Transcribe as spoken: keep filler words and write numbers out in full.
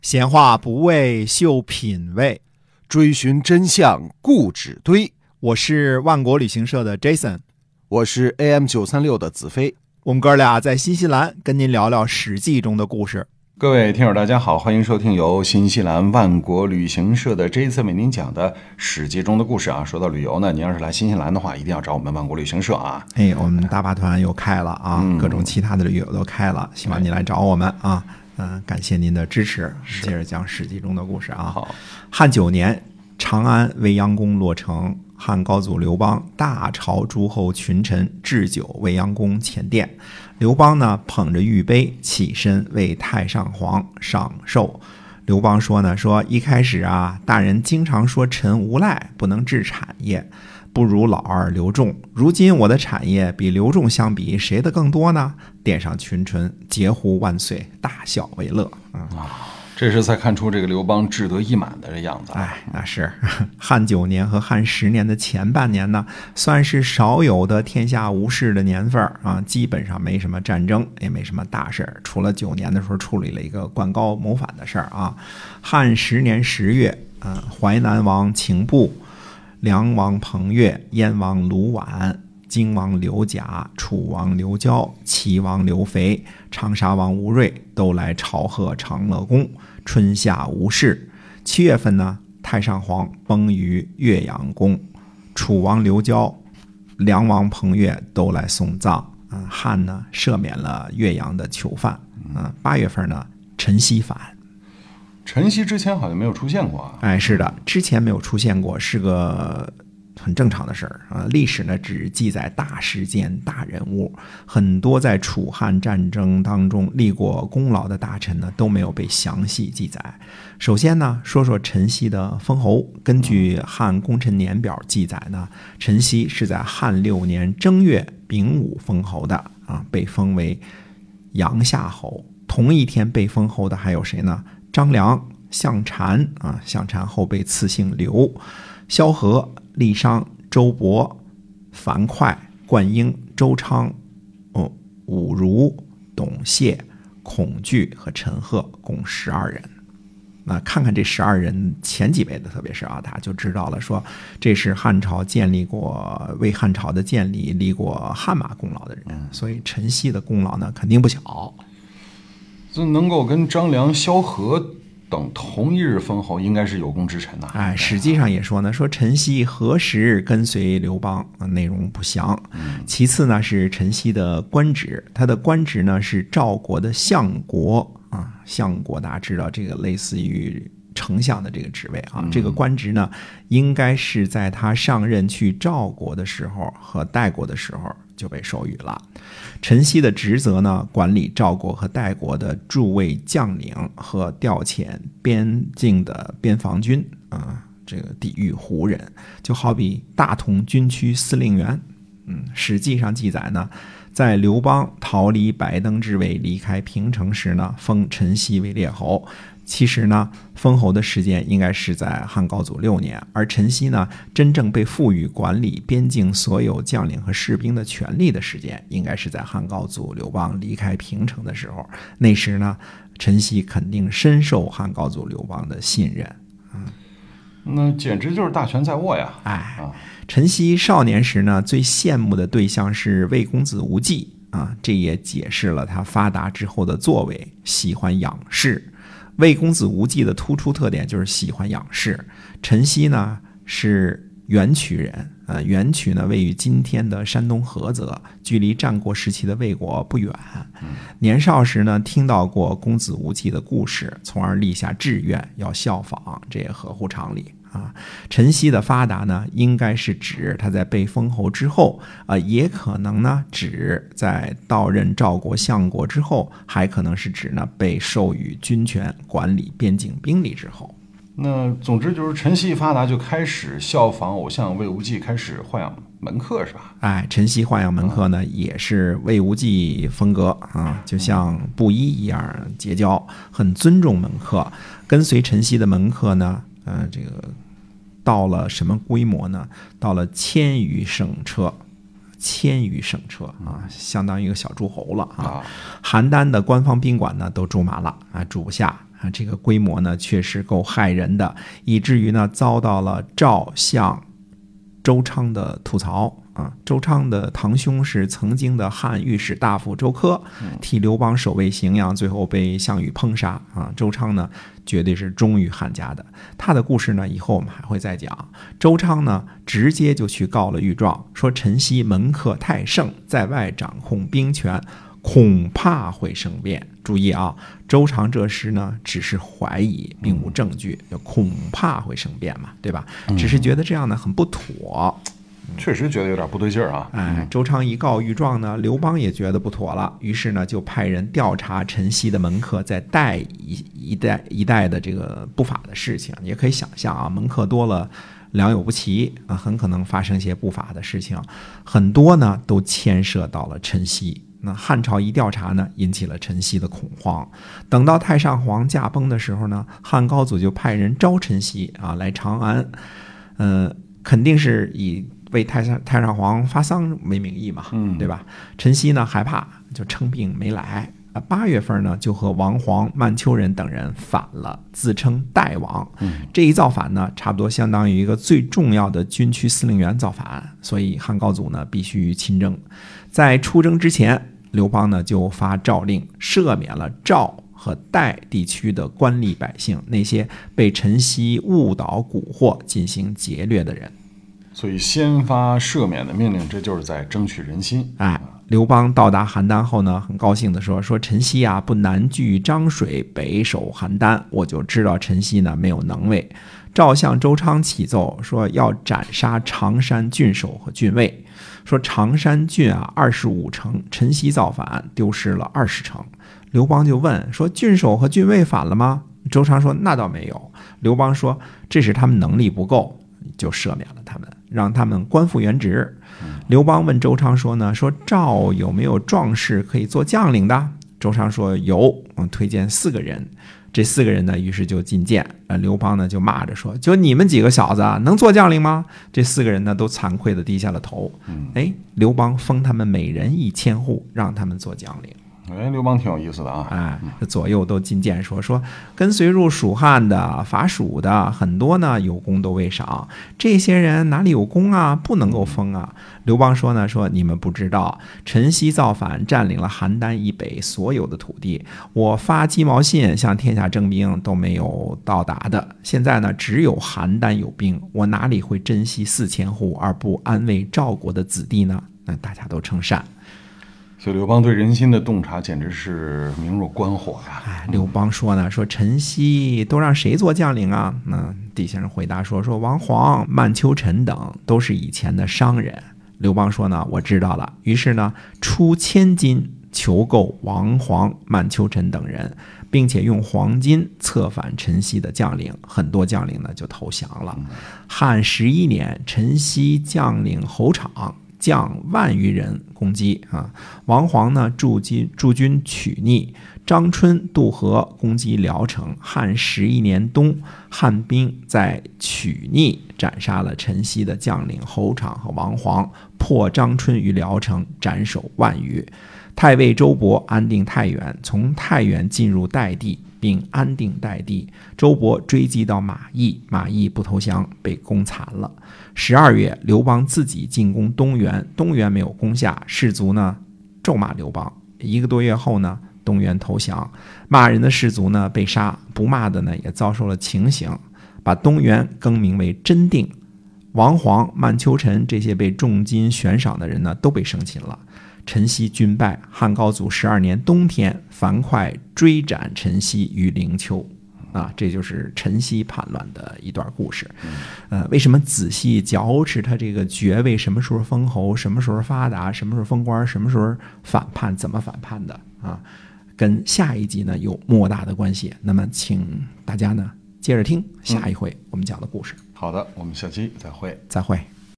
闲话不为秀品味， 追寻真相固执堆。 我是万国旅行社的 Jason， 我是 A M 九三六 的子飞。 我们哥俩在新西兰跟您聊聊史记中的故事。 各位听友大家好，欢迎收听由新西兰万国旅行社的 Jason 为您讲的史记中的故事啊。说到旅游呢，您要是来新西兰的话，一定要找我们万国旅行社啊。 哎，我们大巴团又开了啊、嗯，各种其他的旅游都开了，希望您来找我们啊。嗯、呃，感谢您的支持。接着讲史记中的故事啊。 好， 汉九年，长安未央宫落成，汉高祖刘邦大朝诸侯群臣置酒未央宫前殿。刘邦呢捧着玉杯起身为太上皇上寿。刘邦说呢，说一开始啊，大人经常说臣无赖，不能治产业，不如老二刘仲。如今我的产业比刘仲相比，谁的更多呢？殿上群臣截呼万岁，大笑为乐。嗯啊，这是才看出这个刘邦志得意满的这样子。 哎，那是汉九年和汉十年的前半年呢，算是少有的天下无事的年份啊，基本上没什么战争，也没什么大事，除了九年的时候处理了一个灌高谋反的事儿啊。汉十年十月，嗯、呃，淮南王秦布、梁王彭越、燕王卢绾、荆王刘贾、楚王刘交、齐王刘肥、长沙王吴瑞都来朝贺长乐宫。春夏无事。七月份呢，太上皇崩于岳阳宫，楚王刘交、梁王彭越都来送葬。嗯，汉呢赦免了岳阳的囚犯。嗯，八月份呢，陈豨反。 陈豨之前好像没有出现过啊。 哎，是的，之前没有出现过，是个很正常的事儿啊。历史呢只记载大事件、大人物，很多在楚汉战争当中立过功劳的大臣呢都没有被详细记载。首先呢，说说陈豨的封侯。根据汉功臣年表记载呢，陈豨是在汉六年正月丙午封侯的啊，被封为阳夏侯。同一天被封侯的还有谁呢？张良、项蝉啊，项蝉后被赐姓刘，萧何、郦商、周勃、樊哙、灌婴、周昌、哦、武如、董谢、孔据和陈赫，共十二人。那看看这十二人前几位的，特别是啊，大家就知道了，说这是汉朝建立过、为汉朝的建立立过汗马功劳的人，所以陈豨的功劳呢肯定不小。 这能够跟张良、萧何等同一日封侯，应该是有功之臣呐、啊。 哎，史记上也说呢，说陈豨何时跟随刘邦，内容不详。其次呢是陈豨的官职，他的官职呢是赵国的相国啊，相国大家知道这个类似于丞相的这个职位啊，这个官职呢应该是在他上任去赵国的时候和代国的时候就被授予了。陈豨的职责呢，管理赵国和代国的驻卫将领和调遣边境的边防军啊，这个抵御胡人，就好比大同军区司令员。嗯，史记上记载呢，在刘邦逃离白登之围离开平城时呢，封陈豨为列侯。其实呢，封侯的时间应该是在汉高祖六年，而陈豨呢，真正被赋予管理边境所有将领和士兵的权力的时间，应该是在汉高祖刘邦离开平城的时候。那时呢，陈豨肯定深受汉高祖刘邦的信任。嗯， 那简直就是大权在握呀！ 哎，啊、陈豨少年时呢，最羡慕的对象是魏公子无忌啊，这也解释了他发达之后的作为，喜欢仰视。魏公子无忌的突出特点就是喜欢仰视。陈豨呢是垣曲人，呃，垣曲呢位于今天的山东菏泽，距离战国时期的魏国不远。年少时呢听到过公子无忌的故事，从而立下志愿要效仿，这也合乎常理。啊，陈豨的发达呢，应该是指他在被封侯之后，啊、呃，也可能呢指在到任赵国相国之后，还可能是指呢被授予军权管理边境兵力之后。 那总之就是陈豨发达就开始效仿偶像魏无忌，开始豢养门客是吧？ 哎，陈豨豢养门客呢，也是魏无忌风格啊，就像布衣一样结交，很尊重门客。跟随陈豨的门客呢，呃，这个到了什么规模呢？到了千余乘车，千余乘车啊，相当于一个小诸侯了啊。邯郸的官方宾馆呢都住满了啊，住不下。 啊，这个规模呢确实够骇人的，以至于呢遭到了赵、项、周昌的吐槽啊。周昌的堂兄是曾经的汉御史大夫周科，替刘邦守卫荥阳，最后被项羽烹杀啊。周昌呢绝对是忠于汉家的，他的故事呢以后我们还会再讲。周昌呢直接就去告了御状，说陈豨门客太盛，在外掌控兵权，恐怕会生变。注意啊，周昌这时呢只是怀疑，并无证据，就恐怕会生变嘛，对吧？只是觉得这样呢很不妥。 确实觉得有点不对劲儿啊！ 哎，周昌一告御状呢，刘邦也觉得不妥了，于是呢就派人调查陈豨的门客在代一一带一带的这个不法的事情。也可以想象啊，门客多了，良莠不齐啊，很可能发生些不法的事情，很多呢都牵涉到了陈豨。那汉朝一调查呢，引起了陈豨的恐慌。等到太上皇驾崩的时候呢，汉高祖就派人招陈豨啊来长安，呃，肯定是以为太上太上皇发丧为名义嘛， 嗯， 对吧？陈豨呢害怕，就称病没来。啊，八月份呢，就和王黄、曼丘人等人反了，自称代王。 嗯， 这一造反呢，差不多相当于一个最重要的军区司令员造反，所以汉高祖呢必须亲征。在出征之前，刘邦呢就发诏令，赦免了赵和代地区的官吏百姓，那些被陈豨误导蛊惑进行劫掠的人。 所以先发赦免的命令，这就是在争取人心。 哎，刘邦到达邯郸后呢，很高兴地说：“说陈豨啊，不南据漳水，北守邯郸，我就知道陈豨呢没有能为。”赵相周昌启奏说要斩杀常山郡守和郡尉，说常山郡啊二十五城，陈豨造反丢失了二十城。刘邦就问说：“郡守和郡尉反了吗？”周昌说：“那倒没有。”刘邦说：“这是他们能力不够，就赦免了他们，让他们官复原职。”刘邦问周昌说呢，说赵有没有壮士可以做将领的？周昌说有，嗯，推荐四个人。这四个人呢，于是就进谏。呃，刘邦呢就骂着说：“就你们几个小子能做将领吗？”这四个人呢都惭愧地低下了头。哎，刘邦封他们每人一千户，让他们做将领。 哎，刘邦挺有意思的啊！ 哎，左右都进谏说说，跟随入蜀汉的、伐蜀的很多呢，有功都未赏。这些人哪里有功啊？不能够封啊！刘邦说呢，说你们不知道，陈豨造反，占领了邯郸以北所有的土地，我发鸡毛信向天下征兵都没有到达的。现在呢，只有邯郸有兵，我哪里会珍惜四千户而不安慰赵国的子弟呢？那大家都称善。 所以刘邦对人心的洞察简直是明若观火呀！ 哎，刘邦说呢，说陈豨都让谁做将领啊？那底下人回答说，说王黄、曼丘陈等都是以前的商人。刘邦说呢，我知道了。于是呢，出千金求购王黄、曼丘陈等人，并且用黄金策反陈豨的将领，很多将领呢就投降了。汉十一年，陈豨将领侯昶。将万余人攻击啊！王黄呢驻军驻军曲逆，张春渡河攻击聊城。汉十一年冬，汉兵在曲逆斩杀了陈豨的将领侯昶和王黄，破张春于聊城，斩首万余。太尉周勃安定太原，从太原进入代地，并安定代地。周勃追击到马邑，马邑不投降，被攻残了。十二月，刘邦自己进攻东原，东原没有攻下，士卒呢咒骂刘邦。一个多月后呢，东原投降，骂人的士卒呢被杀，不骂的呢也遭受了情刑，把东原更名为真定。王黄、曼丘陈这些被重金悬赏的人呢都被生擒了。陈豨军败，汉高祖十二年冬天，樊哙追斩陈豨于灵丘。啊，这就是陈豨叛乱的一段故事。呃，为什么仔细嚼吃他这个爵位什么时候封侯，什么时候发达，什么时候封官，什么时候反叛，怎么反叛的啊？跟下一集呢有莫大的关系。那么，请大家呢接着听下一回我们讲的故事。 好的，我们下期再会。 再会。